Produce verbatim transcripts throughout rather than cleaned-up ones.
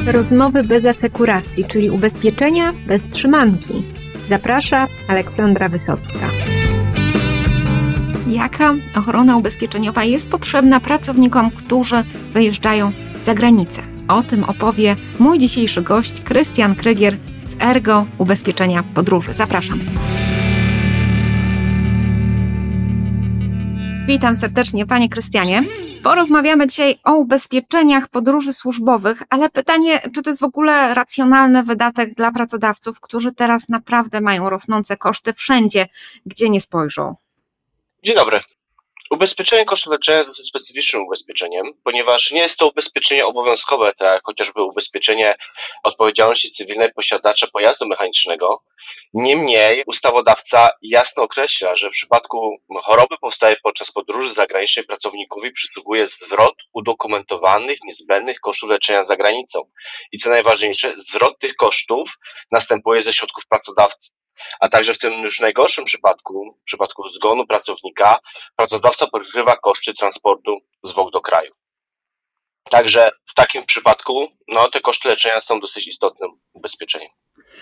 Rozmowy bez asekuracji, czyli ubezpieczenia bez trzymanki. Zaprasza Aleksandra Wysocka. Jaka ochrona ubezpieczeniowa jest potrzebna pracownikom, którzy wyjeżdżają za granicę? O tym opowie mój dzisiejszy gość, Krystian Krygier z Ergo Ubezpieczenia Podróży. Zapraszam. Witam serdecznie, panie Krystianie. Porozmawiamy dzisiaj o ubezpieczeniach podróży służbowych, ale pytanie, czy to jest w ogóle racjonalny wydatek dla pracodawców, którzy teraz naprawdę mają rosnące koszty wszędzie, gdzie nie spojrzą? Dzień dobry. Ubezpieczenie kosztów leczenia jest dosyć specyficznym ubezpieczeniem, ponieważ nie jest to ubezpieczenie obowiązkowe, tak jak chociażby ubezpieczenie odpowiedzialności cywilnej posiadacza pojazdu mechanicznego. Niemniej ustawodawca jasno określa, że w przypadku choroby powstałej podczas podróży zagranicznej pracownikowi przysługuje zwrot udokumentowanych, niezbędnych kosztów leczenia za granicą. I co najważniejsze, zwrot tych kosztów następuje ze środków pracodawcy. A także w tym już najgorszym przypadku, w przypadku zgonu pracownika, pracodawca pokrywa koszty transportu zwłok do kraju. Także w takim przypadku no, te koszty leczenia są dosyć istotnym ubezpieczeniem.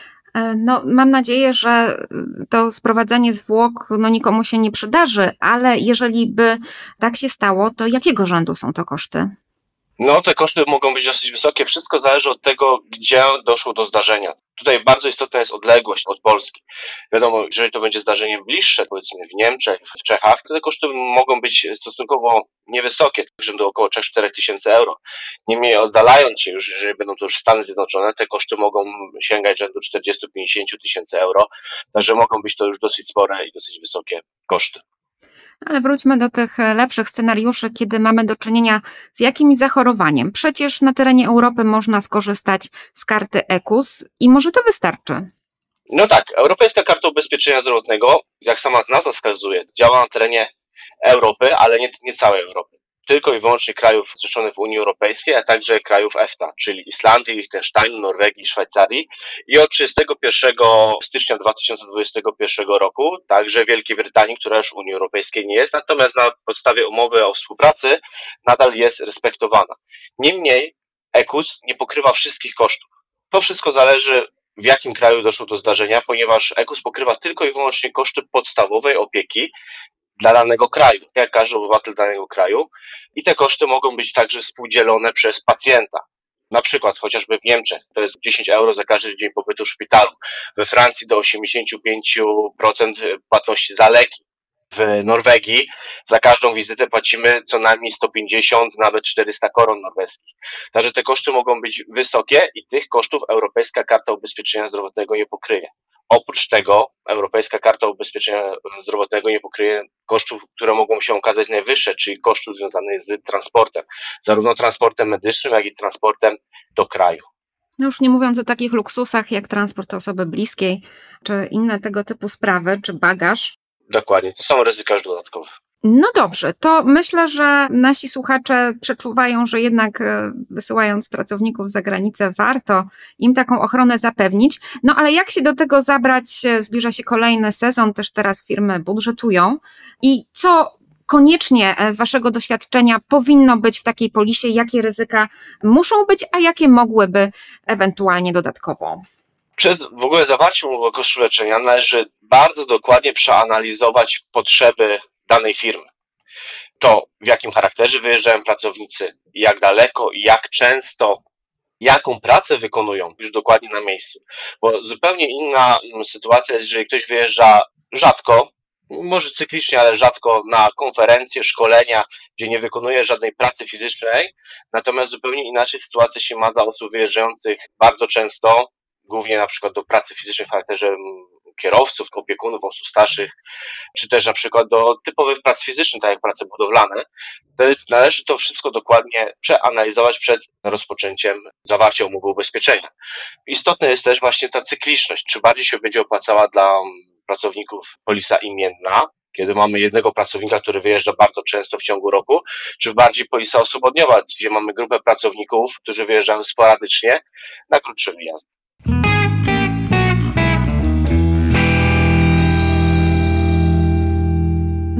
No, mam nadzieję, że to sprowadzanie zwłok no, nikomu się nie przydarzy, ale jeżeli by tak się stało, to jakiego rzędu są to koszty? No, te koszty mogą być dosyć wysokie. Wszystko zależy od tego, gdzie doszło do zdarzenia. Tutaj bardzo istotna jest odległość od Polski. Wiadomo, jeżeli to będzie zdarzenie bliższe, powiedzmy w Niemczech, w Czechach, to te koszty mogą być stosunkowo niewysokie, rzędu około trzy do czterech tysięcy euro. Niemniej oddalając się już, jeżeli będą to już Stany Zjednoczone, te koszty mogą sięgać rzędu czterdzieści do pięćdziesięciu tysięcy euro, także mogą być to już dosyć spore i dosyć wysokie koszty. Ale wróćmy do tych lepszych scenariuszy, kiedy mamy do czynienia z jakimś zachorowaniem. Przecież na terenie Europy można skorzystać z karty E K U S i może to wystarczy. No tak, Europejska Karta Ubezpieczenia Zdrowotnego, jak sama nazwa wskazuje, działa na terenie Europy, ale nie, nie całej Europy. Tylko i wyłącznie krajów zrzeszonych w Unii Europejskiej, a także krajów E F T A, czyli Islandii, Liechtensteinu, Norwegii, Szwajcarii i od trzydziestego pierwszego stycznia dwa tysiące dwudziestego pierwszego roku także Wielkiej Brytanii, która już w Unii Europejskiej nie jest, natomiast na podstawie umowy o współpracy nadal jest respektowana. Niemniej E K U S nie pokrywa wszystkich kosztów. To wszystko zależy, w jakim kraju doszło do zdarzenia, ponieważ E K U S pokrywa tylko i wyłącznie koszty podstawowej opieki dla danego kraju, jak każdy obywatel danego kraju, i te koszty mogą być także współdzielone przez pacjenta. Na przykład chociażby w Niemczech to jest dziesięć euro za każdy dzień pobytu w szpitalu, we Francji do osiemdziesiąt pięć procent płatności za leki. W Norwegii za każdą wizytę płacimy co najmniej sto pięćdziesiąt, nawet czterysta koron norweskich. Także te koszty mogą być wysokie i tych kosztów Europejska Karta Ubezpieczenia Zdrowotnego nie pokryje. Oprócz tego Europejska Karta Ubezpieczenia Zdrowotnego nie pokryje kosztów, które mogą się okazać najwyższe, czyli kosztów związanych z transportem. Zarówno transportem medycznym, jak i transportem do kraju. No już nie mówiąc o takich luksusach jak transport osoby bliskiej, czy inne tego typu sprawy, czy bagaż. Dokładnie, to są ryzyka już dodatkowe. No dobrze, to myślę, że nasi słuchacze przeczuwają, że jednak wysyłając pracowników za granicę warto im taką ochronę zapewnić. No ale jak się do tego zabrać? Zbliża się kolejny sezon, też teraz firmy budżetują. I co koniecznie z waszego doświadczenia powinno być w takiej polisie? Jakie ryzyka muszą być, a jakie mogłyby ewentualnie dodatkowo? Przed w ogóle zawarciem umowy o kosztu leczenia należy bardzo dokładnie przeanalizować potrzeby danej firmy. To, w jakim charakterze wyjeżdżają pracownicy, jak daleko i jak często, jaką pracę wykonują już dokładnie na miejscu. Bo zupełnie inna sytuacja jest, jeżeli ktoś wyjeżdża rzadko, może cyklicznie, ale rzadko na konferencje, szkolenia, gdzie nie wykonuje żadnej pracy fizycznej. Natomiast zupełnie inaczej sytuacja się ma dla osób wyjeżdżających bardzo często, głównie na przykład do pracy fizycznej w charakterze kierowców, opiekunów, osób starszych, czy też na przykład do typowych prac fizycznych, tak jak prace budowlane. Wtedy należy to wszystko dokładnie przeanalizować przed rozpoczęciem zawarcia umowy ubezpieczenia. Istotna jest też właśnie ta cykliczność, czy bardziej się będzie opłacała dla pracowników polisa imienna, kiedy mamy jednego pracownika, który wyjeżdża bardzo często w ciągu roku, czy bardziej polisa osobodniowa, gdzie mamy grupę pracowników, którzy wyjeżdżają sporadycznie na krótsze wyjazdy.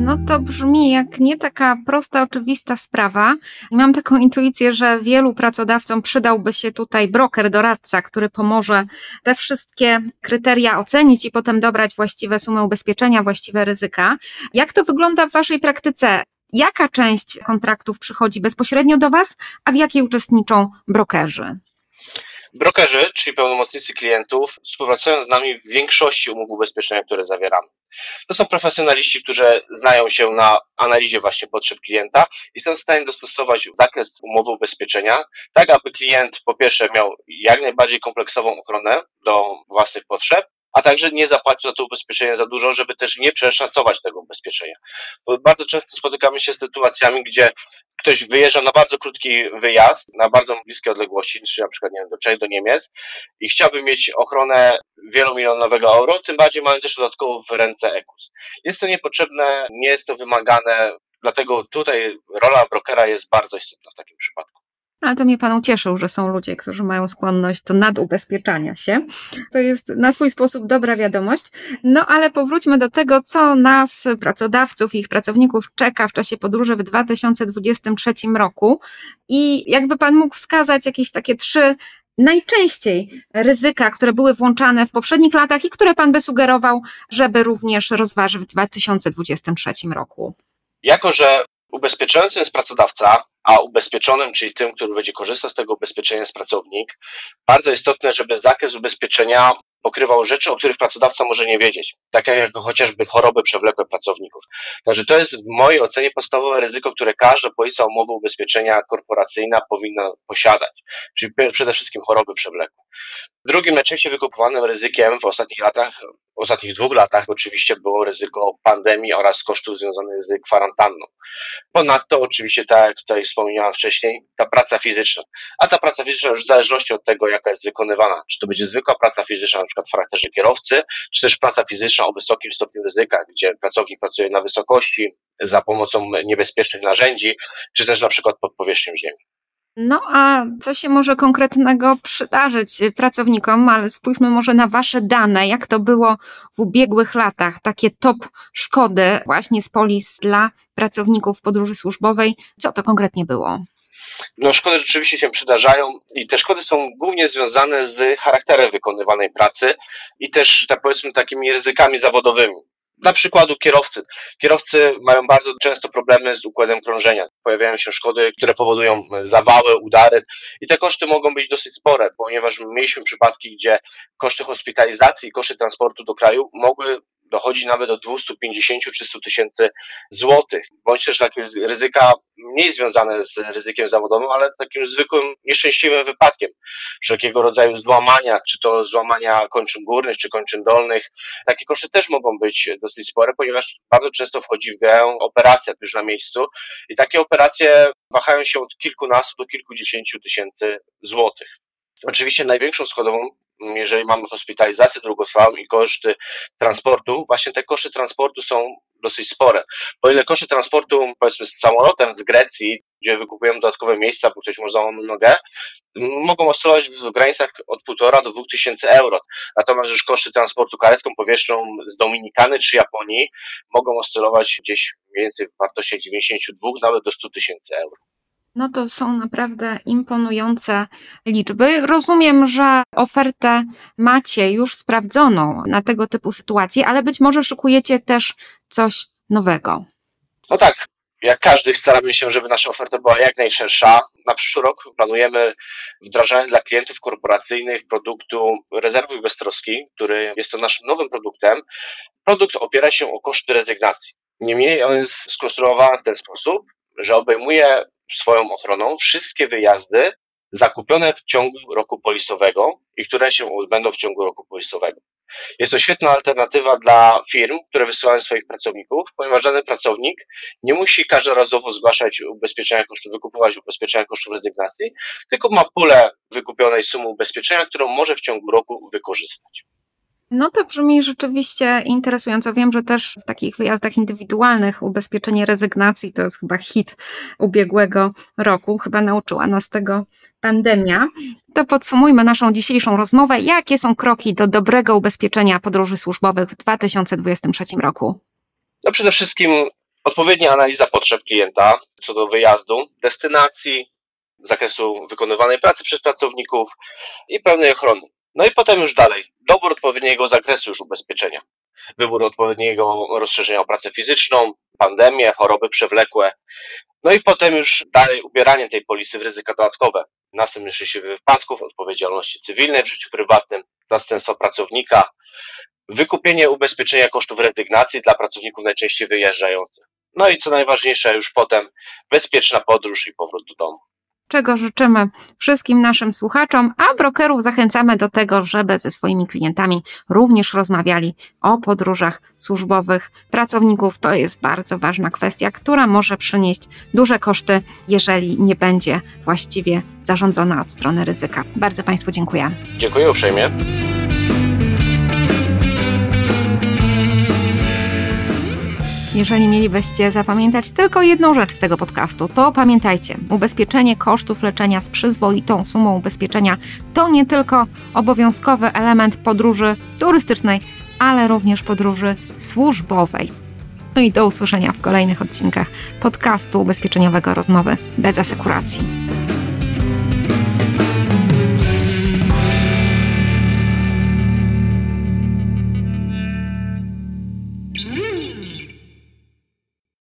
No to brzmi jak nie taka prosta, oczywista sprawa. I mam taką intuicję, że wielu pracodawcom przydałby się tutaj broker, doradca, który pomoże te wszystkie kryteria ocenić i potem dobrać właściwe sumy ubezpieczenia, właściwe ryzyka. Jak to wygląda w waszej praktyce? Jaka część kontraktów przychodzi bezpośrednio do was, a w jakiej uczestniczą brokerzy? Brokerzy, czyli pełnomocnicy klientów, współpracują z nami w większości umów ubezpieczenia, które zawieramy. To są profesjonaliści, którzy znają się na analizie właśnie potrzeb klienta i są w stanie dostosować zakres umowy ubezpieczenia, tak aby klient po pierwsze miał jak najbardziej kompleksową ochronę do własnych potrzeb, a także nie zapłacił za to ubezpieczenie za dużo, żeby też nie przeszacować tego ubezpieczenia. Bo bardzo często spotykamy się z sytuacjami, gdzie ktoś wyjeżdża na bardzo krótki wyjazd, na bardzo bliskie odległości, czyli na przykład nie wiem, do Czech, do Niemiec i chciałby mieć ochronę wielomilionowego euro, tym bardziej mają też dodatkowo w ręce E K U S. Jest to niepotrzebne, nie jest to wymagane, dlatego tutaj rola brokera jest bardzo istotna w takim przypadku. Ale to mnie pan ucieszył, że są ludzie, którzy mają skłonność do nadubezpieczania się. To jest na swój sposób dobra wiadomość. No ale powróćmy do tego, co nas, pracodawców i ich pracowników czeka w czasie podróży w dwa tysiące dwudziestym trzecim roku. I jakby pan mógł wskazać jakieś takie trzy najczęściej ryzyka, które były włączane w poprzednich latach i które pan by sugerował, żeby również rozważyć w dwa tysiące dwudziestym trzecim roku. Jako że ubezpieczającym jest pracodawca, a ubezpieczonym, czyli tym, który będzie korzystał z tego ubezpieczenia, jest pracownik, bardzo istotne, żeby zakres ubezpieczenia pokrywał rzeczy, o których pracodawca może nie wiedzieć, takie jak chociażby choroby przewlekłe pracowników. Także to jest w mojej ocenie podstawowe ryzyko, które każda polisa umowy ubezpieczenia korporacyjna powinna posiadać, czyli przede wszystkim choroby przewlekłe. Drugim najczęściej wykupywanym ryzykiem w ostatnich latach, w ostatnich dwóch latach oczywiście było ryzyko pandemii oraz kosztów związanych z kwarantanną. Ponadto oczywiście, tak jak tutaj wspomniałam wcześniej, ta praca fizyczna. A ta praca fizyczna już w zależności od tego, jaka jest wykonywana. Czy to będzie zwykła praca fizyczna, na przykład w charakterze kierowcy, czy też praca fizyczna o wysokim stopniu ryzyka, gdzie pracownik pracuje na wysokości, za pomocą niebezpiecznych narzędzi, czy też na przykład pod powierzchnią ziemi. No a co się może konkretnego przydarzyć pracownikom, ale spójrzmy może na wasze dane, jak to było w ubiegłych latach, takie top szkody właśnie z polis dla pracowników podróży służbowej. Co to konkretnie było? No szkody rzeczywiście się przydarzają i te szkody są głównie związane z charakterem wykonywanej pracy i też, tak powiedzmy, takimi ryzykami zawodowymi. Dla przykładu kierowcy. Kierowcy mają bardzo często problemy z układem krążenia. Pojawiają się szkody, które powodują zawały, udary i te koszty mogą być dosyć spore, ponieważ mieliśmy przypadki, gdzie koszty hospitalizacji i koszty transportu do kraju mogły dochodzić nawet do dwieście pięćdziesiąt do trzystu tysięcy złotych, bądź też takie ryzyka mniej związane z ryzykiem zawodowym, ale takim zwykłym, nieszczęśliwym wypadkiem. Wszelkiego rodzaju złamania, czy to złamania kończyn górnych, czy kończyn dolnych. Takie koszty też mogą być dosyć spore, ponieważ bardzo często wchodzi w grę operacja już na miejscu i takie operacje wahają się od kilkunastu do kilkudziesięciu tysięcy złotych. Oczywiście największą schodową, jeżeli mamy hospitalizację długotrwałą i koszty transportu, właśnie te koszty transportu są dosyć spore. O ile koszty transportu, powiedzmy z samolotem z Grecji, gdzie wykupujemy dodatkowe miejsca, bo ktoś może załamać nogę, mogą oscylować w granicach od półtora do dwóch tysięcy euro. Natomiast już koszty transportu karetką powietrzną z Dominikany czy Japonii mogą oscylować gdzieś mniej więcej w wartości dziewięćdziesiąt dwa nawet do stu tysięcy euro. No to są naprawdę imponujące liczby. Rozumiem, że ofertę macie już sprawdzoną na tego typu sytuacje, ale być może szykujecie też coś nowego. No tak, jak każdy staramy się, żeby nasza oferta była jak najszersza. Na przyszły rok planujemy wdrażanie dla klientów korporacyjnych produktu rezerwy beztroski, który jest to naszym nowym produktem. Produkt opiera się o koszty rezygnacji. Niemniej on jest skonstruowany w ten sposób, że obejmuje swoją ochroną wszystkie wyjazdy zakupione w ciągu roku polisowego i które się odbędą w ciągu roku polisowego. Jest to świetna alternatywa dla firm, które wysyłają swoich pracowników, ponieważ dany pracownik nie musi każdorazowo zgłaszać ubezpieczenia kosztów, wykupywać ubezpieczenia kosztów rezygnacji, tylko ma pulę wykupionej sumy ubezpieczenia, którą może w ciągu roku wykorzystać. No to brzmi rzeczywiście interesująco. Wiem, że też w takich wyjazdach indywidualnych ubezpieczenie rezygnacji to jest chyba hit ubiegłego roku. Chyba nauczyła nas tego pandemia. To podsumujmy naszą dzisiejszą rozmowę. Jakie są kroki do dobrego ubezpieczenia podróży służbowych w dwa tysiące dwudziestym trzecim roku? No przede wszystkim Odpowiednia analiza potrzeb klienta co do wyjazdu, destynacji, zakresu wykonywanej pracy przez pracowników i pełnej ochrony. No i potem już dalej, dobór odpowiedniego zakresu już ubezpieczenia. Wybór odpowiedniego rozszerzenia o pracę fizyczną, pandemię, choroby przewlekłe. No i potem już dalej ubieranie tej polisy w ryzyka dodatkowe. Następnych szczęśliwych wypadków, odpowiedzialności cywilnej w życiu prywatnym, zastępstwo pracownika, wykupienie ubezpieczenia kosztów rezygnacji dla pracowników najczęściej wyjeżdżających. No i co najważniejsze już potem bezpieczna podróż i powrót do domu. Czego życzymy wszystkim naszym słuchaczom, a brokerów zachęcamy do tego, żeby ze swoimi klientami również rozmawiali o podróżach służbowych pracowników. To jest bardzo ważna kwestia, która może przynieść duże koszty, jeżeli nie będzie właściwie zarządzona od strony ryzyka. Bardzo Państwu dziękuję. Dziękuję uprzejmie. Jeżeli mielibyście zapamiętać tylko jedną rzecz z tego podcastu, to pamiętajcie, ubezpieczenie kosztów leczenia z przyzwoitą sumą ubezpieczenia to nie tylko obowiązkowy element podróży turystycznej, ale również podróży służbowej. No i do usłyszenia w kolejnych odcinkach podcastu ubezpieczeniowego Rozmowy bez asekuracji.